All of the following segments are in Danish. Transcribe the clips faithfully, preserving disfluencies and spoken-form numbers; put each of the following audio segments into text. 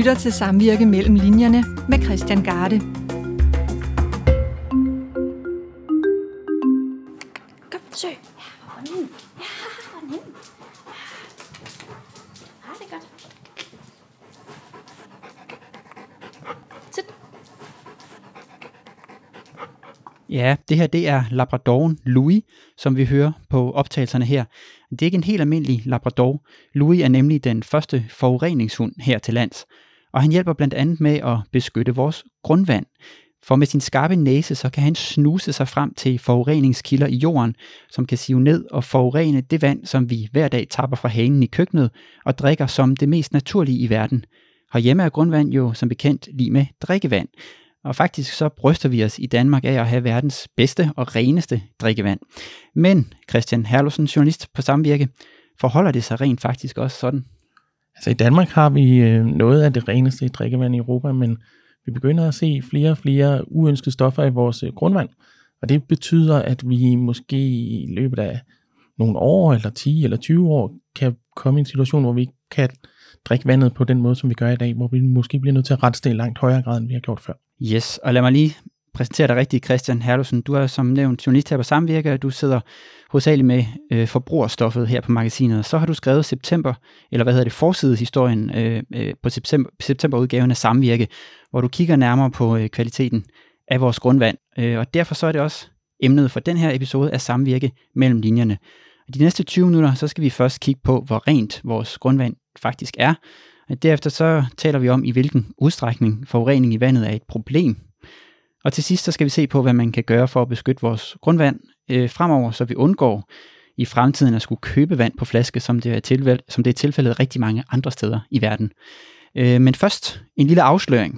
lytter til Samvirke mellem linjerne med Christian Garde. Kom, søg. Ja, hånden. Ja, hånden. Ja, det er godt. Sæt. Ja, det her det er Labradoren Louis, som vi hører på optagelserne her. Det er ikke en helt almindelig Labrador. Louis er nemlig den første forureningshund her til lands, og han hjælper blandt andet med at beskytte vores grundvand. For med sin skarpe næse, så kan han snuse sig frem til forureningskilder i jorden, som kan sive ned og forurene det vand, som vi hver dag tapper fra hanen i køkkenet og drikker som det mest naturlige i verden. Herhjemme er grundvand jo som bekendt lig med drikkevand. Og faktisk så bryster vi os i Danmark af at have verdens bedste og reneste drikkevand. Men Christian Herlufsen, journalist på Samvirke, forholder det sig rent faktisk også sådan? Altså i Danmark har vi øh, noget af det reneste drikkevand i Europa, men vi begynder at se flere og flere uønskede stoffer i vores øh, grundvand. Og det betyder, at vi måske i løbet af nogle år, eller ti eller tyve år, kan komme i en situation, hvor vi ikke kan drikke vandet på den måde, som vi gør i dag, hvor vi måske bliver nødt til at rette det i langt højere grad, end vi har gjort før. Yes, og lad mig lige præsentere dig rigtigt, Christian Herlufsen. Du er som nævnt journalist her på Samvirke, og du sidder hovedsageligt med øh, forbrugerstoffet her på magasinet. Så har du skrevet september, eller hvad hedder det, forsidehistorien øh, øh, på september, septemberudgaven af Samvirke, hvor du kigger nærmere på øh, kvaliteten af vores grundvand. Øh, og derfor så er det også emnet for den her episode af Samvirke mellem linjerne. De næste tyve minutter, så skal vi først kigge på, hvor rent vores grundvand faktisk er. Derefter så taler vi om, i hvilken udstrækning forurening i vandet er et problem. Og til sidst så skal vi se på, hvad man kan gøre for at beskytte vores grundvand øh, fremover, så vi undgår i fremtiden at skulle købe vand på flaske, som det er, tilfældet, som det er tilfældet rigtig mange andre steder i verden. Øh, men først en lille afsløring.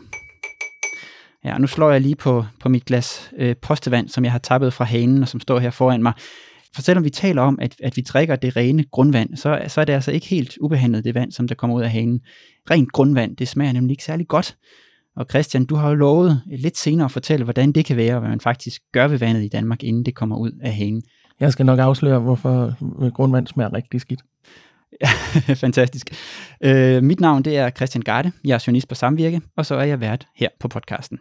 Ja, nu slår jeg lige på, på mit glas øh, postevand, som jeg har tappet fra hanen, og som står her foran mig. For selvom vi taler om, at, at vi drikker det rene grundvand, så, så er det altså ikke helt ubehandlet, det vand, som der kommer ud af hanen. Rent grundvand, det smager nemlig ikke særlig godt. Og Christian, du har jo lovet lidt senere at fortælle, hvordan det kan være, og hvad man faktisk gør ved vandet i Danmark, inden det kommer ud af hanen. Jeg skal nok afsløre, hvorfor grundvand smager rigtig skidt. Ja, fantastisk. Øh, mit navn det er Christian Garde, jeg er journalist på Samvirke, og så er jeg vært her på podcasten.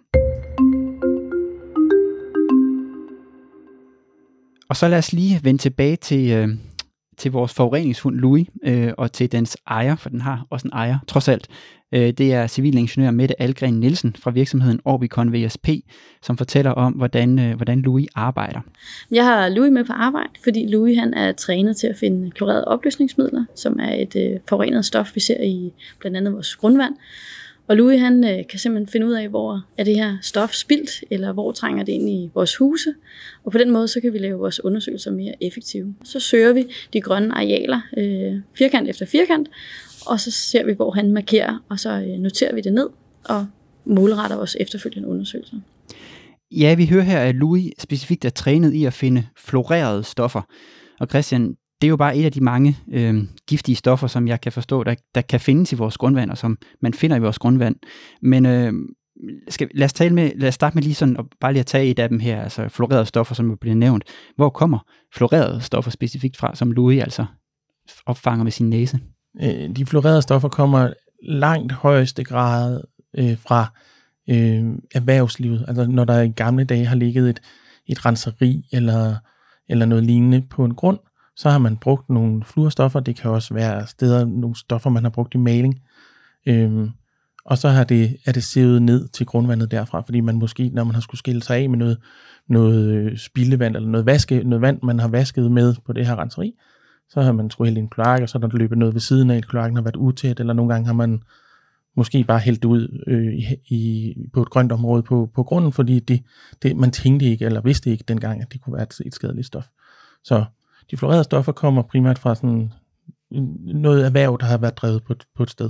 Og så lad os lige vende tilbage til, øh, til vores forureningshund Louis, øh, og til dens ejer, for den har også en ejer, trods alt. Øh, det er civilingeniør Mette Algren Nielsen fra virksomheden Orbicon V S P, som fortæller om, hvordan, øh, hvordan Louis arbejder. Jeg har Louis med på arbejde, fordi Louis han er trænet til at finde klorerede opløsningsmidler, som er et øh, forurenet stof, vi ser i blandt andet vores grundvand. Og Louis han øh, kan simpelthen finde ud af, hvor er det her stof spildt, eller hvor trænger det ind i vores huse. Og på den måde, så kan vi lave vores undersøgelser mere effektive. Så søger vi de grønne arealer, øh, firkant efter firkant, og så ser vi, hvor han markerer, og så øh, noterer vi det ned, og målretter vores efterfølgende undersøgelser. Ja, vi hører her, at Louis specifikt er trænet i at finde fluorerede stoffer. Og Christian, det er jo bare et af de mange øh, giftige stoffer, som jeg kan forstå, der, der kan findes i vores grundvand, og som man finder i vores grundvand. Men øh, skal, lad, os tale med, lad os starte med lige sådan, og bare lige at tage et af dem her, altså fluorerede stoffer, som bliver nævnt. Hvor kommer fluorerede stoffer specifikt fra, som Louis altså opfanger med sin næse? De fluorerede stoffer kommer langt højeste grad øh, fra øh, erhvervslivet. Altså når der i gamle dage har ligget et, et renseri eller, eller noget lignende på en grund, så har man brugt nogle fluorstoffer. Det kan også være steder, nogle stoffer, man har brugt i maling. Øhm, og så har det, er det sivet ned til grundvandet derfra, fordi man måske, når man har skulle skille sig af med noget, noget spildevand, eller noget, vaske, noget vand, man har vasket med på det her renseri, så har man skulle hælde en kloak, og så har der løbet noget ved siden af, at kloakken har været utæt, eller nogle gange har man måske bare hældt ud øh, i, på et grønt område på, på grunden, fordi det, det, man tænkte ikke, eller vidste ikke dengang, at det kunne være et, et skadeligt stof. Så de fluorerede stoffer kommer primært fra sådan noget erhverv, der har været drevet på et, på et sted.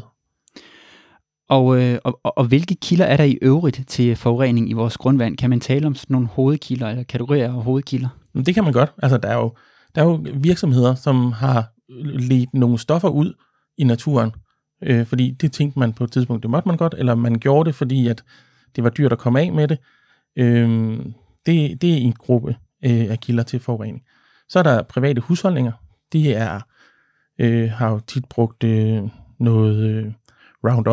Og, øh, og, og hvilke kilder er der i øvrigt til forurening i vores grundvand? Kan man tale om sådan nogle hovedkilder, eller kategorier af hovedkilder? Det kan man godt. Altså, der er jo, der er jo virksomheder, som har ledt nogle stoffer ud i naturen, øh, fordi det tænkte man på et tidspunkt, det måtte man godt, eller man gjorde det, fordi at det var dyrt at komme af med det. Øh, det, det er en gruppe øh, af kilder til forurening. Så er der private husholdninger. De er, øh, har jo tit brugt øh, noget øh, Roundup,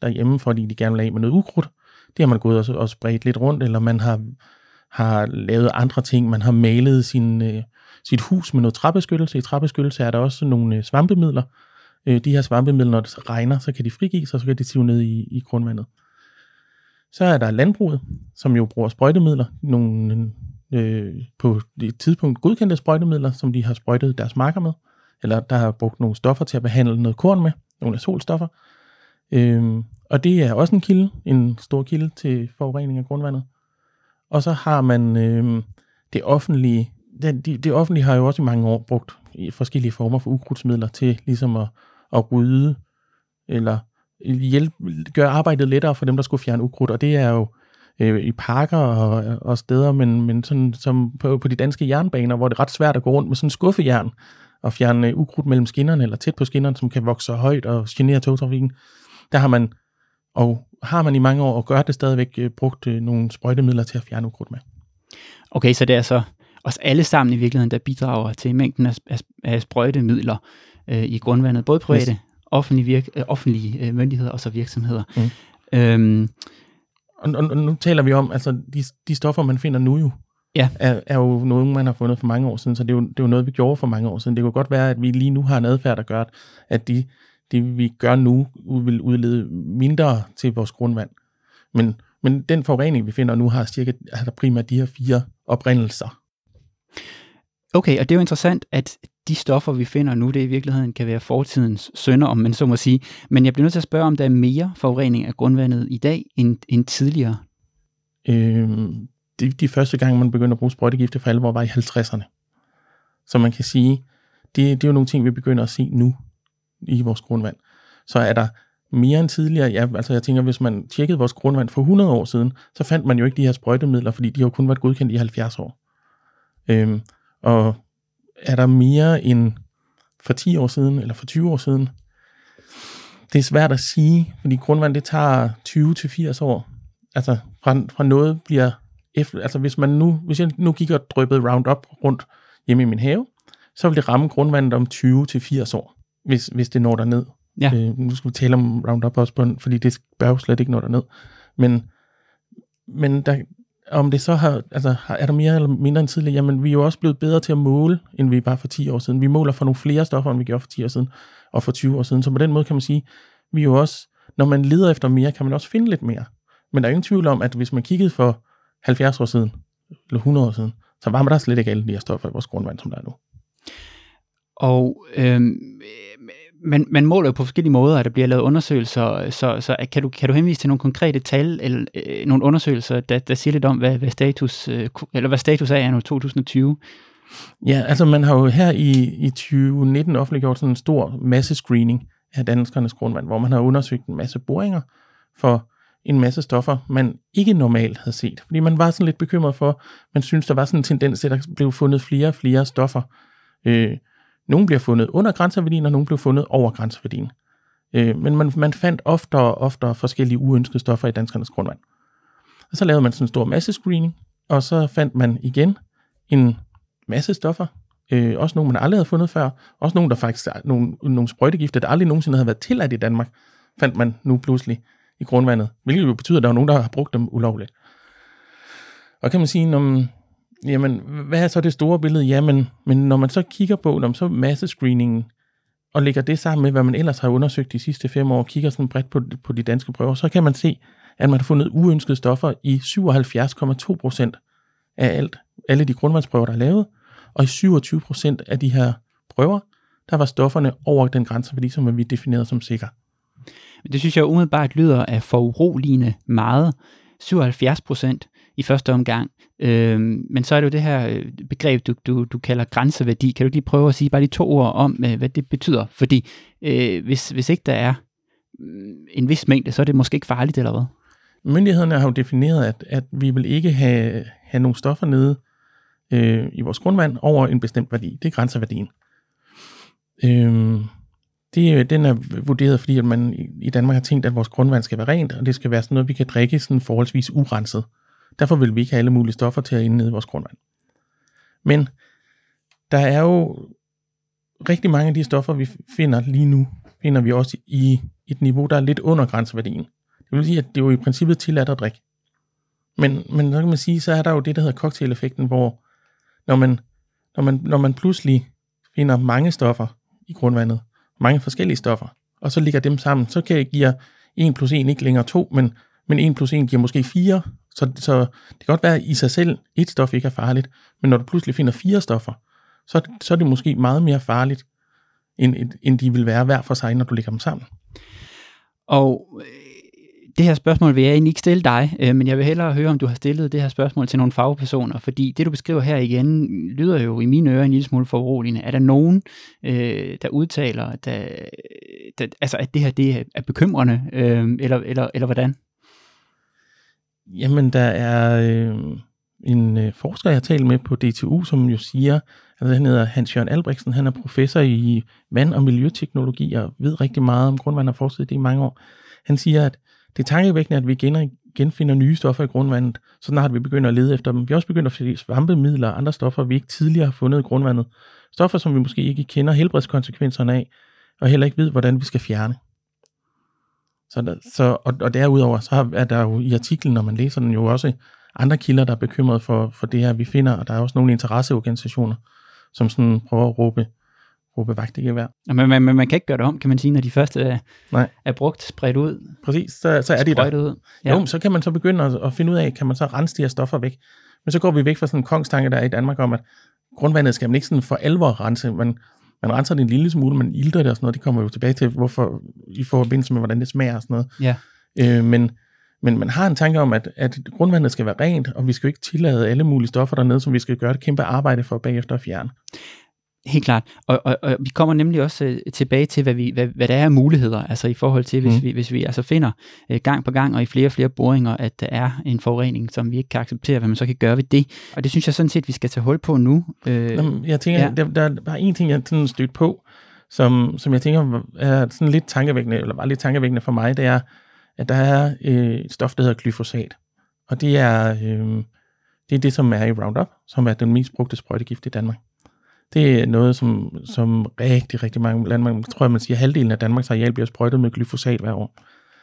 derhjemme, fordi de gerne vil af med noget ukrudt. Det har man gået og, og spredt lidt rundt, eller man har, har lavet andre ting. Man har malet sin, øh, sit hus med noget træbeskyttelse. I træbeskyttelse er der også nogle øh, svampemidler. Øh, de her svampemidler, når det regner, så kan de frigives, og så kan de sive ned i, i grundvandet. Så er der landbruget, som jo bruger sprøjtemidler. Nogle øh, på et tidspunkt godkendte sprøjtemidler, som de har sprøjtet deres marker med. Eller der har brugt nogle stoffer til at behandle noget korn med. Nogle solstoffer. Øhm, og det er også en kilde, en stor kilde til forurening af grundvandet. Og så har man øhm, det offentlige, det, det, det offentlige har jo også i mange år brugt i forskellige former for ukrudtsmidler til ligesom at, at rydde, eller hjælpe, gøre arbejdet lettere for dem, der skulle fjerne ukrudt, og det er jo øh, i parker og, og steder, men, men sådan som på, på de danske jernbaner, hvor det er ret svært at gå rundt med sådan en skuffejern, og fjerne ukrudt mellem skinnerne, eller tæt på skinnerne, som kan vokse så højt og genere togtrafikken. Der har man, og har man i mange år, og gør det stadigvæk, brugt nogle sprøjtemidler til at fjerne ukrudt med. Okay, så det er så os alle sammen i virkeligheden, der bidrager til mængden af, af, af sprøjtemidler øh, i grundvandet, både private, yes. offentlige, virk, øh, offentlige øh, myndigheder og så virksomheder. Mm. Øhm, og, og, og nu taler vi om, altså de, de stoffer, man finder nu jo, ja. er, er jo noget, man har fundet for mange år siden, så det er, jo, det er jo noget, vi gjorde for mange år siden. Det kunne godt være, at vi lige nu har en adfærd, der gør, at de, det, vi gør nu, vil udlede mindre til vores grundvand. Men, men den forurening, vi finder nu, har cirka har primært de her fire oprindelser. Okay, og det er jo interessant, at de stoffer, vi finder nu, det i virkeligheden kan være fortidens synder, om man så må sige. Men jeg bliver nødt til at spørge, om der er mere forurening af grundvandet i dag end, end tidligere? Øhm, de, de første gange, man begyndte at bruge sprøjtegifte for alvor, var i halvtredserne. Så man kan sige, det, det er jo nogle ting, vi begynder at se nu i vores grundvand. Så er der mere end tidligere, ja, altså jeg tænker, hvis man tjekkede vores grundvand for hundrede år siden, så fandt man jo ikke de her sprøjtemidler, fordi de har jo kun været godkendt i halvfjerds år. Øhm, og er der mere end for ti år siden, eller for tyve år siden? Det er svært at sige, fordi grundvand, det tager tyve til firs år. Altså fra, fra noget bliver efter, altså hvis man nu, hvis jeg nu gik og dryppede Roundup rundt hjemme i min have, så vil det ramme grundvandet om tyve til firs år, hvis, hvis det når derned. Ja. Øh, nu skal vi tale om Roundup også, på, fordi det bør jo slet ikke nå derned. Men, men der, om det så har, altså er der mere eller mindre end tidligere, jamen vi er jo også blevet bedre til at måle, end vi var for ti år siden. Vi måler for nogle flere stoffer, end vi gjorde for ti år siden, og for tyve år siden. Så på den måde kan man sige, vi er jo også, når man leder efter mere, kan man også finde lidt mere. Men der er ingen tvivl om, at hvis man kiggede for halvfjerds år siden, eller hundrede år siden, så var man der slet ikke alle de her stoffer i vores grundvand, som der er nu. Og øhm, man, man måler jo på forskellige måder, at der bliver lavet undersøgelser, så, så kan, du, kan du henvise til nogle konkrete tal, eller øh, nogle undersøgelser, der, der siger lidt om, hvad, hvad, status, øh, eller hvad status er nu to tusind og tyve? Ja, altså man har jo her i, i tyve nitten offentliggjort sådan en stor massescreening af danskernes grundvand, hvor man har undersøgt en masse boringer for en masse stoffer, man ikke normalt havde set. Fordi man var sådan lidt bekymret for, man synes, der var sådan en tendens til, at der blev fundet flere og flere stoffer. Øh, nogle bliver fundet under grænseværdien, og nogle blev fundet over grænseværdien. Øh, men man, man fandt oftere og oftere forskellige uønskede stoffer i danskernes grundvand. Og så lavede man sådan en stor massescreening, og så fandt man igen en masse stoffer. Øh, også nogle, man aldrig havde fundet før. Også nogle, der faktisk er nogle, nogle sprøjtegifte, der aldrig nogensinde havde været tilladt i Danmark, fandt man nu pludselig i grundvandet, hvilket jo betyder, at der er nogen, der har brugt dem ulovligt. Og kan man sige, når, jamen, hvad er så det store billede? Jamen, men når man så kigger på, når man så massescreeningen, og lægger det sammen med, hvad man ellers har undersøgt de sidste fem år, og kigger sådan bredt på, på de danske prøver, så kan man se, at man har fundet uønskede stoffer i syvoghalvfjerds komma to procent af alt, alle de grundvandsprøver, der er lavet, og i syvogtyve procent af de her prøver, der var stofferne over den grænseværdi, som vi definerede som sikker. Det synes jeg umiddelbart lyder af foruroligende meget. syvoghalvfjerds procent i første omgang. Øhm, men så er det jo det her begreb, du, du, du kalder grænseværdi. Kan du lige prøve at sige bare de to ord om, hvad det betyder? Fordi øh, hvis, hvis ikke der er en vis mængde, så er det måske ikke farligt, eller hvad? Myndighederne har jo defineret, at, at vi vil ikke have, have nogle stoffer nede øh, i vores grundvand over en bestemt værdi. Det er grænseværdien. Øh, Det, den er vurderet, fordi at man i Danmark har tænkt, at vores grundvand skal være rent, og det skal være sådan noget, vi kan drikke sådan forholdsvis urenset. Derfor vil vi ikke have alle mulige stoffer til at indnede i vores grundvand. Men der er jo rigtig mange af de stoffer, vi finder lige nu, finder vi også i et niveau, der er lidt under grænseværdien. vil sige, at det er jo i princippet tilladt at drikke. Men, men så kan man sige, så er der jo det, der hedder cocktail-effekten, hvor når man, når man, når man pludselig finder mange stoffer i grundvandet, mange forskellige stoffer, og så ligger dem sammen, så kan jeg give en plus en ikke længere to, men, men en plus en giver måske fire. Så, så det kan godt være, at i sig selv et stof ikke er farligt, men når du pludselig finder fire stoffer, så, så er det måske meget mere farligt, end, end de vil være hver for sig, når du lægger dem sammen. Og det her spørgsmål vil jeg egentlig ikke stille dig, øh, men jeg vil hellere høre, om du har stillet det her spørgsmål til nogle fagpersoner, fordi det, du beskriver her igen, lyder jo i mine ører en lille smule foruroligende. Er der nogen, øh, der udtaler, der, der, altså, at det her det er bekymrende, øh, eller, eller, eller hvordan? Jamen, der er øh, en øh, forsker, jeg har talt med på D T U, som jo siger, altså han hedder Hans-Jørgen Albrechtsen, han er professor i vand- og miljøteknologi, og ved rigtig meget om grundvand og forsket det i mange år. Han siger, at det er tankevækkende, at vi igen, genfinder nye stoffer i grundvandet, så snart vi begynder at lede efter dem. Vi har også begyndt at finde svampemidler og andre stoffer, vi ikke tidligere har fundet i grundvandet. Stoffer, som vi måske ikke kender helbredskonsekvenserne af, og heller ikke ved, hvordan vi skal fjerne. Så, der, så og, og derudover, så er der jo i artiklen, når man læser den, jo også andre kilder, der er bekymret for, for det her, vi finder, og der er også nogle interesseorganisationer, som sådan prøver at råbe, råbe vagt i gevær. Men man, man, man kan ikke gøre det om, kan man sige, når de første er, Nej. er brugt, spredt ud. Præcis, så, så er de der. Ud. Ja. Jo, så kan man så begynde at, at finde ud af, kan man så rense de her stoffer væk. Men så går vi væk fra sådan en kongstanke, der er i Danmark om, at grundvandet skal man ikke sådan for alvor rense, men man renser det en lille smule, man ilter det og sådan noget, det kommer jo tilbage til, hvorfor i forbindelse med, hvordan det smager og sådan noget. Ja. Øh, men, men man har en tanke om, at, at grundvandet skal være rent, og vi skal jo ikke tillade alle mulige stoffer dernede, som vi skal gøre et kæmpe arbejde for bagefter at fjerne. Helt klart, og, og, og vi kommer nemlig også øh, tilbage til, hvad, vi, hvad, hvad der er af muligheder, altså i forhold til, hvis, mm. vi, hvis vi altså finder øh, gang på gang og i flere og flere boringer, at der er en forurening, som vi ikke kan acceptere, hvad man så kan gøre ved det. Og det synes jeg sådan set, vi skal tage hul på nu. Øh, Jamen, jeg tænker, ja. der, der er bare en ting, jeg sådan stødt på, som, som jeg tænker er sådan lidt tankevækkende, eller bare lidt tankevækkende for mig, det er, at der er øh, et stof, der hedder glyfosat. Og det er, øh, det er det, som er i Roundup, som er den mest brugte sprøjtegift i Danmark. Det er noget, som, som rigtig, rigtig mange landmænd, jeg tror, man siger, halvdelen af Danmarks areal bliver sprøjtet med glyfosat hver år.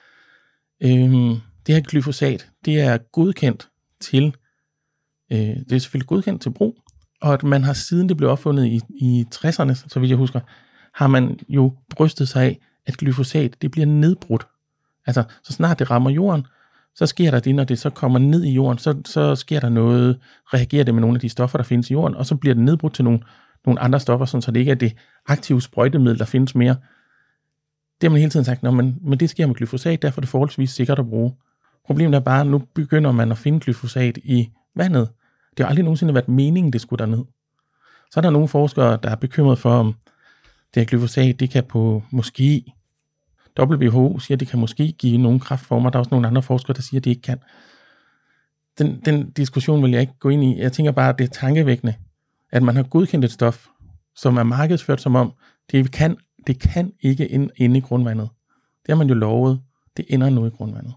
Øhm, det her glyfosat, det er godkendt til, øh, det er selvfølgelig godkendt til brug, og at man har siden det blev opfundet i, i tresserne, så vidt jeg husker, har man jo brystet sig af, at glyfosat, det bliver nedbrudt. Altså, så snart det rammer jorden, så sker der det, når det så kommer ned i jorden, så, så sker der noget, reagerer det med nogle af de stoffer, der findes i jorden, og så bliver det nedbrudt til nogle nogle andre stoffer, sådan, så det ikke er det aktive sprøjtemiddel, der findes mere. Det har man hele tiden sagt, men, men det sker med glyfosat, derfor er det forholdsvis sikkert at bruge. Problemet er bare, at nu begynder man at finde glyfosat i vandet. Det har aldrig nogensinde været meningen, det skulle derned. Så er der nogle forskere, der er bekymret for, om det her glyfosat, det kan på måske, W H O siger, at det kan måske give nogle kræftformer. Der er også nogle andre forskere, der siger, at det ikke kan. Den, den diskussion vil jeg ikke gå ind i. Jeg tænker bare, at det er tankevækkende, at man har godkendt et stof, som er markedsført som om, det kan, det kan ikke ende i grundvandet. Det har man jo lovet. Det ender nu i grundvandet.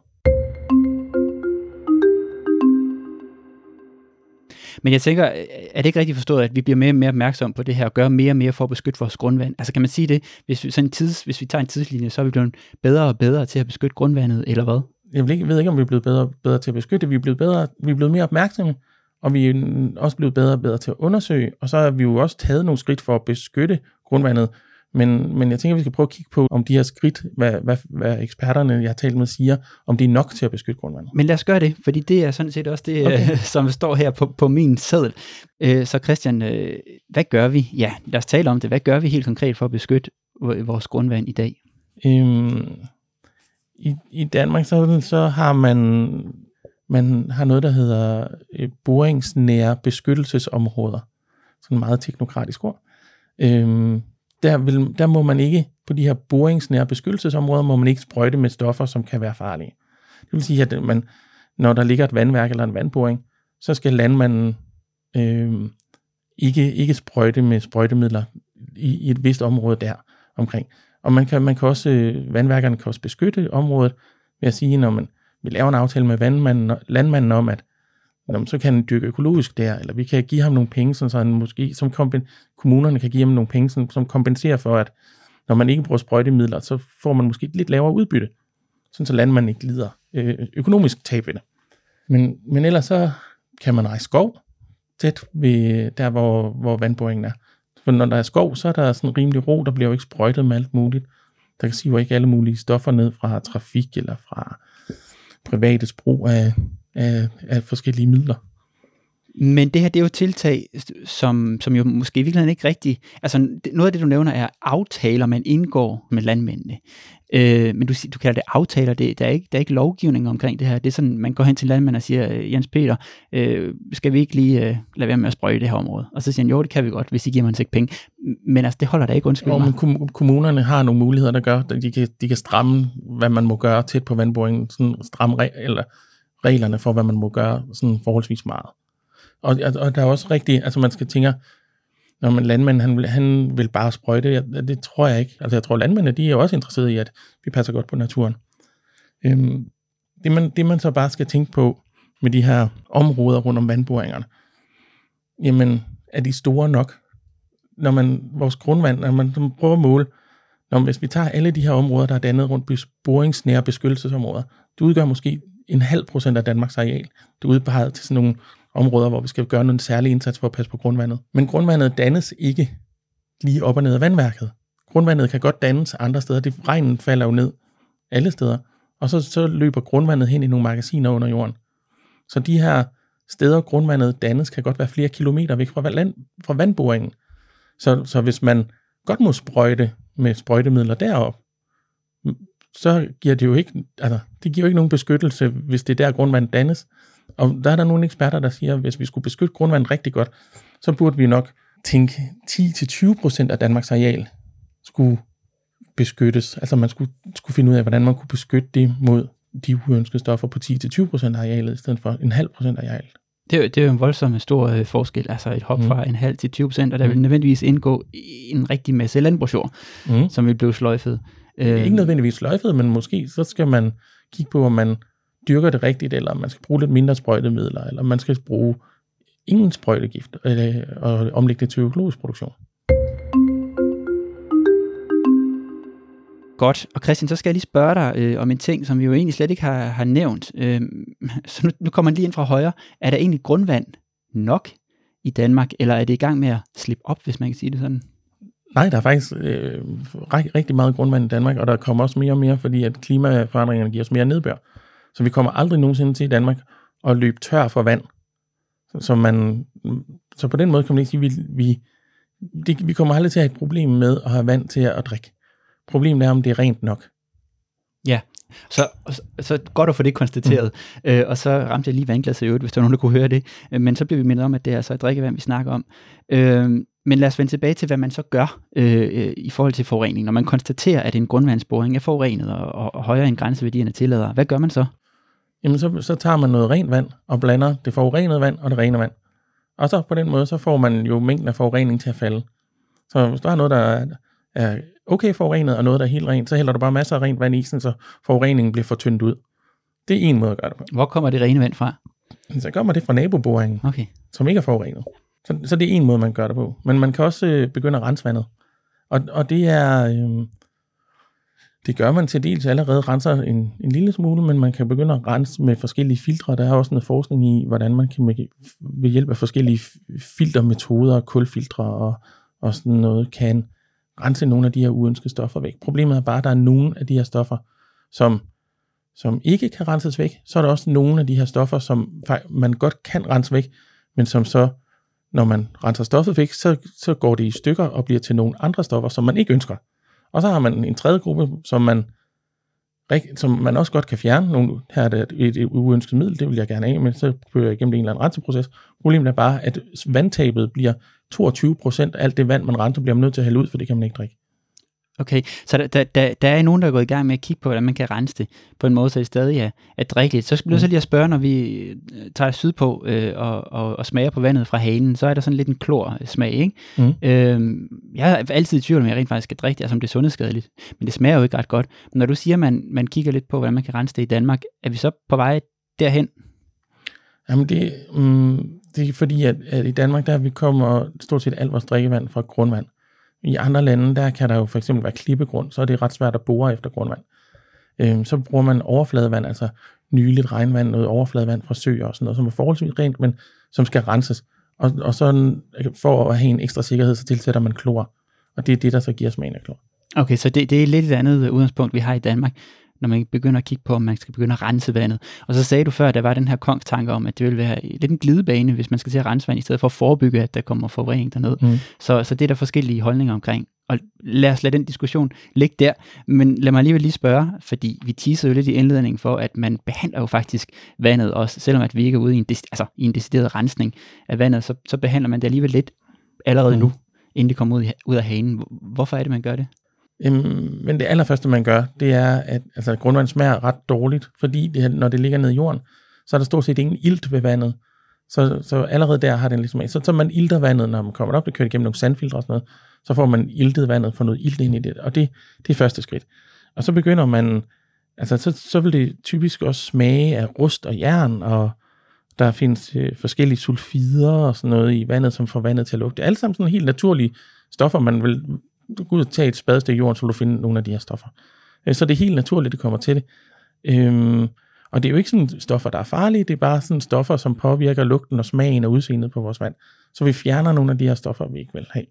Men jeg tænker, er det ikke rigtig forstået, at vi bliver mere og mere opmærksom på det her, og gør mere og mere for at beskytte vores grundvand? Altså kan man sige det, hvis vi, sådan en tids, hvis vi tager en tidslinje, så er vi blevet bedre og bedre til at beskytte grundvandet, eller hvad? Jeg ved ikke, ved ikke om vi er blevet bedre, bedre til at beskytte. Vi er blevet, bedre, vi er blevet mere opmærksomme, og vi er også blevet bedre og bedre til at undersøge, og så har vi jo også taget nogle skridt for at beskytte grundvandet. Men, men jeg tænker, at vi skal prøve at kigge på, om de her skridt, hvad, hvad, hvad eksperterne, jeg har talt med, siger, om det er nok til at beskytte grundvandet. Men lad os gøre det, fordi det er sådan set også det, okay. øh, som står her på, på min seddel. Øh, så Christian, øh, hvad gør vi? Ja, lad os tale om det. Hvad gør vi helt konkret for at beskytte vores grundvand i dag? Øhm, i, I Danmark, så, så har man, man har noget, der hedder øh, boringsnære beskyttelsesområder. Sådan et meget teknokratisk ord. Øhm, Der, vil, der må man ikke, på de her boringsnære beskyttelsesområder, må man ikke sprøjte med stoffer, som kan være farlige. Det vil sige, at man, når der ligger et vandværk eller en vandboring, så skal landmanden øh, ikke, ikke sprøjte med sprøjtemidler i, i et vist område der omkring. Og man kan, man kan også, øh, vandværkerne kan også beskytte området ved at sige, når man vil lave en aftale med vandmanden, landmanden om, at Nå, så kan han dyrke økologisk der, eller vi kan give ham nogle penge, sådan, så han måske, som kompen, kommunerne kan give ham nogle penge, sådan, som kompenserer for, at når man ikke bruger sprøjtemidler, så får man måske lidt lavere udbytte. sådan så landmanden ikke lider øh, økonomisk tab ved det. Men, men ellers så kan man rejse skov tæt ved der, hvor, hvor vandboringen er. For når der er skov, så er der sådan rimelig ro, der bliver jo ikke sprøjtet med alt muligt. Der kan sive ikke alle mulige stoffer ned fra trafik eller fra privates brug af, af, af forskellige midler. Men det her, det er jo tiltag, som, som jo måske i virkeligheden ikke rigtig... Altså noget af det, du nævner, er aftaler, man indgår med landmændene. Øh, men du, du kalder det aftaler, det, der, er ikke, der er ikke lovgivning omkring det her. Det er sådan, man går hen til landmænd og siger, Jens Peter, øh, skal vi ikke lige øh, lade være med at sprøjte det her område? Og så siger han, jo, det kan vi godt, hvis I giver mig en sæk penge. Men altså, det holder da ikke, undskyld mig. Jo, men kommunerne har nogle muligheder, der gør, at de kan, de kan stramme, hvad man må gøre tæt på vandboringen, sådan stramme re- eller reglerne for, hvad man må gøre, sådan forholdsvis meget. Og, og der er også rigtigt, altså man skal tænke, når man landmænd, han vil, han vil bare sprøjte, ja, det tror jeg ikke. Altså jeg tror, landmændene, de er også interesserede i, at vi passer godt på naturen. Øhm, det, man, det man så bare skal tænke på med de her områder rundt om vandboringerne, jamen er de store nok? Når man, vores grundvand, når man prøver at måle, når man, hvis vi tager alle de her områder, der er dannet rundt boringsnære beskyttelsesområder, det udgør måske en halv procent af Danmarks areal. Det er udpeget til sådan nogle områder, hvor vi skal gøre en særlig indsats for at passe på grundvandet. Men grundvandet dannes ikke lige op og ned af vandværket. Grundvandet kan godt dannes andre steder. Det, regnen falder jo ned alle steder. Og så, så løber grundvandet hen i nogle magasiner under jorden. Så de her steder, grundvandet dannes, kan godt være flere kilometer væk fra, land, fra vandboringen. Så, så hvis man godt må sprøjte med sprøjtemidler derop, så giver det jo ikke, altså, det giver jo ikke nogen beskyttelse, hvis det er der grundvandet dannes. Og der er der nogle eksperter, der siger, at hvis vi skulle beskytte grundvandet rigtig godt, så burde vi nok tænke ti til tyve procent af Danmarks areal skulle beskyttes. Altså man skulle, skulle finde ud af, hvordan man kunne beskytte det mod de uønskede stoffer på ti til tyve procent af arealet, i stedet for en halv procent af arealet. Det er, jo, det er jo en voldsom stor øh, forskel, altså et hop mm. fra en halv til tyve procent, og der vil nødvendigvis indgå en rigtig masse landbrugsjord, mm. som vil blive sløjfet. Øh, ikke nødvendigvis sløjfet, men måske så skal man kigge på, om man dyrker det rigtigt, eller man skal bruge lidt mindre sprøjtemidler, eller man skal bruge ingen sprøjtegift, øh, og omlægge det til økologisk produktion. Godt, og Christian, så skal jeg lige spørge dig øh, om en ting, som vi jo egentlig slet ikke har, har nævnt. Øh, så nu, nu kommer man lige ind fra højre. Er der egentlig grundvand nok i Danmark, eller er det i gang med at slippe op, hvis man kan sige det sådan? Nej, der er faktisk øh, rigtig meget grundvand i Danmark, og der kommer også mere og mere, fordi at klimaforandringerne giver os mere nedbør. Så vi kommer aldrig nogensinde til i Danmark at løbe tør for vand. Så, så, man, så på den måde kan man ikke sige, at vi, vi, det, vi kommer aldrig til at have et problem med at have vand til at drikke. Problemet er, om det er rent nok. Ja, så, så, så godt at få det konstateret. Mm. Øh, og så ramte jeg lige vandglasset i øvrigt, hvis der var nogen, der kunne høre det. Men så bliver vi mindet om, at det er altså et drikkevand, vi snakker om. Øh, men lad os vende tilbage til, hvad man så gør øh, i forhold til forurening. Når man konstaterer, at en grundvandsboring er forurenet og, og, og højere end grænseværdierne tillader, hvad gør man så? Jamen så, så tager man noget rent vand og blander det forurenede vand og det rene vand. Og så på den måde, så får man jo mængden af forurening til at falde. Så hvis du har noget, der er, er okay forurenet, og noget, der er helt rent, så hælder du bare masser af rent vand i, så forureningen bliver for tyndt ud. Det er en måde at gøre det på. Hvor kommer det rene vand fra? Så gør man det fra naboboringen, okay. som ikke er forurenet. Så, så det er en måde, man gør det på. Men man kan også øh, begynde at rense vandet. Og, og det er... Øh, det gør man til dels allerede renser en, en lille smule, men man kan begynde at rense med forskellige filtre. Der er også noget forskning i, hvordan man kan med, ved hjælp af forskellige filtermetoder, kulfiltre og, og sådan noget, kan rense nogle af de her uønskede stoffer væk. Problemet er bare, at der er nogle af de her stoffer, som, som ikke kan renses væk. Så er der også nogle af de her stoffer, som man godt kan rense væk, men som så, når man renser stoffet væk, så, så går det i stykker og bliver til nogle andre stoffer, som man ikke ønsker. Og så har man en tredje gruppe, som man, som man også godt kan fjerne. Nogle, her er det et, et uønsket middel, det vil jeg gerne af, men så kører jeg igennem en eller anden renseproces. Problemet er bare, at vandtabet bliver toogtyve procent af alt det vand, man renser, bliver man nødt til at hælde ud, for det kan man ikke drikke. Okay, så der, der, der, der er nogen, der er gået i gang med at kigge på, hvordan man kan rense det på en måde, så det stadig er, er drikkeligt. Så bliver jeg så lige at spørge, når vi tager sydpå øh, og, og, og smager på vandet fra hanen, så er der sådan lidt en klor smag, ikke? Mm. Øh, jeg er altid i tvivl om, jeg rent faktisk skal drikke det, altså om det er sundhedsskadeligt, men det smager jo ikke ret godt. Men når du siger, at man, man kigger lidt på, hvordan man kan rense det i Danmark, er vi så på vej derhen? Jamen det, um, det er fordi, at, at i Danmark, der vi kommer stort set alt vores drikkevand fra grundvand. I andre lande, der kan der jo for eksempel være klippegrund, så er det ret svært at bore efter grundvand. Øh, så bruger man overfladevand, altså nyligt regnvand, noget overfladevand fra søer og sådan noget, som er forholdsvis rent, men som skal renses. Og, og så for at have en ekstra sikkerhed, så tilsætter man klor. Og det er det, der så giver smagen af klor. Okay, så det, det er lidt et andet udgangspunkt, vi har i Danmark, når man begynder at kigge på, om man skal begynde at rense vandet. Og så sagde du før, at der var den her kongstanke om, at det ville være lidt en glidebane, hvis man skal til at rense vand, i stedet for at forebygge, at der kommer forurening derned. Mm. Så, så det er der forskellige holdninger omkring. Og lad os lade den diskussion ligge der. Men lad mig alligevel lige spørge, fordi vi teasede jo lidt i indledningen for, at man behandler jo faktisk vandet også, selvom at vi ikke er ude i en, altså, i en decideret rensning af vandet, så, så behandler man det alligevel lidt allerede mm. nu, inden det kommer ud, ud af hanen. Hvorfor er det, man gør det? Øhm, men det allerførste, man gør, det er, at altså, grundvand smager ret dårligt, fordi det, når det ligger nede i jorden, så er der stort set ingen ilt ved vandet. Så, så allerede der har den ligesom, så, så man ilter vandet, når man kommer op, det kører igennem nogle sandfiltre og sådan noget, så får man iltet vandet, får noget ilt ind i det, og det, det er første skridt. Og så begynder man, altså så, så vil det typisk også smage af rust og jern, og der findes øh, forskellige sulfider og sådan noget i vandet, som får vandet til at lugte. Det er alle sammen sådan helt naturlige stoffer, man vil gå ud og tage et spadestik i jorden, så vil du finde nogle af de her stoffer. Så det er helt naturligt, det kommer til det. Øhm, og det er jo ikke sådan stoffer, der er farlige, det er bare sådan stoffer, som påvirker lugten og smagen og udseendet på vores vand. Så vi fjerner nogle af de her stoffer, vi ikke vil have.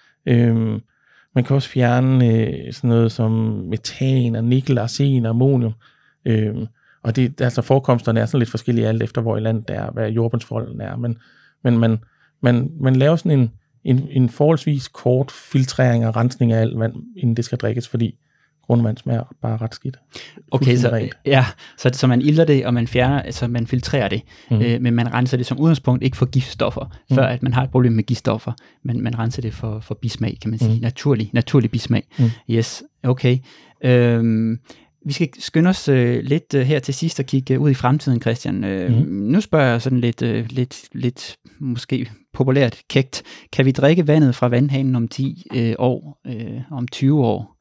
Øhm, man kan også fjerne øh, sådan noget som metan og nikkel, arsen og ammonium. Øhm, og det, altså forekomsterne er sådan lidt forskellige alt efter, hvor i landet det er, hvad jordbundsforholdene er. Men, men man, man, man laver sådan en En, en forholdsvis kort filtrering og rensning af alt vand, inden det skal drikkes, fordi grundvand smager bare ret skidt. Okay, så, ja, så, så man ilter det, og man fjerner, altså man filtrerer det, mm. øh, men man renser det som udgangspunkt ikke for giftstoffer, mm. før at man har et problem med giftstoffer, men man renser det for, for bismag, kan man sige, mm. naturlig, naturlig bismag. Mm. Yes, okay. Øhm, Vi skal skynde os øh, lidt øh, her til sidst og kigge øh, ud i fremtiden, Christian. Øh, mm. Nu spørger jeg sådan lidt, øh, lidt, lidt måske populært kægt. Kan vi drikke vandet fra vandhanen om ti øh, år, øh, om tyve år?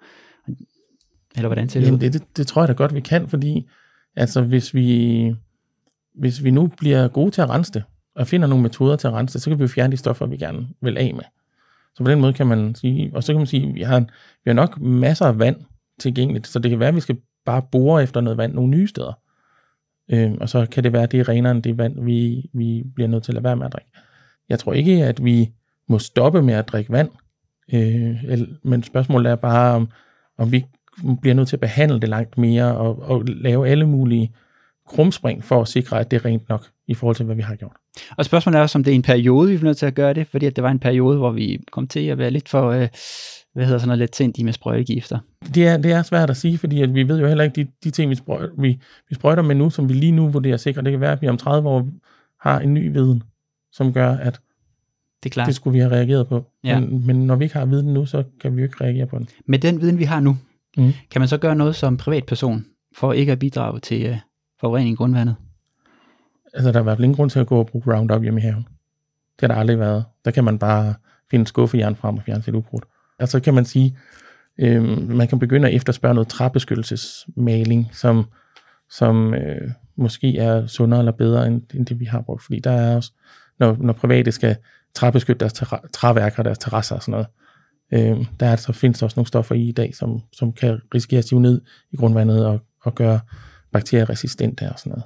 Eller hvordan ser det Jamen, ud? Det, det, det tror jeg da godt, vi kan, fordi altså, hvis, vi, hvis vi nu bliver gode til at rense det, og finder nogle metoder til at rense det, så kan vi jo fjerne de stoffer, vi gerne vil af med. Så på den måde kan man sige, og så kan man sige, at vi har, vi har nok masser af vand tilgængeligt, så det kan være, at vi skal bare bore efter noget vand nogle nye steder. Øhm, og så kan det være, at det er renere end det vand, vi, vi bliver nødt til at lade være med at drikke. Jeg tror ikke, at vi må stoppe med at drikke vand, øh, men spørgsmålet er bare, om, om vi bliver nødt til at behandle det langt mere, og, og lave alle mulige krumspring for at sikre, at det er rent nok i forhold til, hvad vi har gjort. Og spørgsmålet er også, om det er en periode, vi bliver nødt til at gøre det, fordi at det var en periode, hvor vi kom til at være lidt for, øh, hvad hedder sådan noget, lidt sindige med sprøjtegifter. Det er, det er svært at sige, fordi at vi ved jo heller ikke, de, de ting, vi sprøjter, vi, vi sprøjter med nu, som vi lige nu vurderer sikkert. Det kan være, at vi om tredive år har en ny viden, som gør, at det, er klart. Det skulle vi have reageret på. Ja. Men, men når vi ikke har viden nu, så kan vi jo ikke reagere på den. Med den viden, vi har nu, mm. kan man så gøre noget som privatperson, for ikke at bidrage til øh, forurening i grundvandet? Altså, der er i hvert fald ingen grund til at gå og bruge Roundup hjemme i haven. Det har der aldrig været. Der kan man bare finde skuffejern frem og fjerne sit ukrudt. Altså, kan man sige, øh, man kan begynde at efterspørge noget træbeskyttelsesmaling, som, som øh, måske er sundere eller bedre, end, end det vi har brugt. Fordi der er også, når, når private skal træbeskytte deres terra- træværker, deres terrasser og sådan noget, øh, der er, så findes der også nogle stoffer i i dag, som, som kan risikere at sive ned i grundvandet og, og gøre bakterier resistente og sådan noget.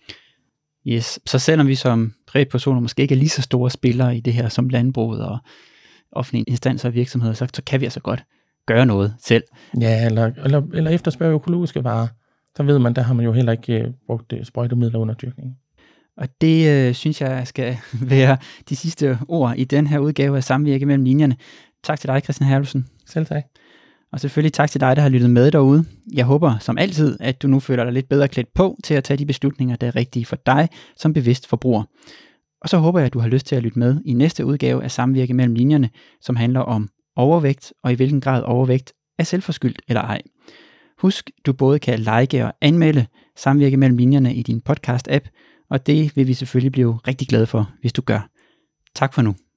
Yes, så selvom vi som privatpersoner måske ikke er lige så store spillere i det her som landbruget og offentlige instanser og virksomheder, så, så kan vi altså godt gøre noget selv. Ja, eller, eller, eller efterspørge økologiske varer. Der ved man, der har man jo heller ikke uh, brugt uh, sprøjtemidler under dyrkningen. Og det øh, synes jeg skal være de sidste ord i den her udgave af Samvirke mellem linjerne. Tak til dig, Christian Herlufsen. Selv tak. Og selvfølgelig tak til dig, der har lyttet med derude. Jeg håber som altid, at du nu føler dig lidt bedre klædt på til at tage de beslutninger, der er rigtige for dig som bevidst forbruger. Og så håber jeg, at du har lyst til at lytte med i næste udgave af Samvirke mellem linjerne, som handler om overvægt og i hvilken grad overvægt er selvforskyldt eller ej. Husk, du både kan like og anmelde Samvirke mellem linjerne i din podcast-app, og det vil vi selvfølgelig blive rigtig glade for, hvis du gør. Tak for nu.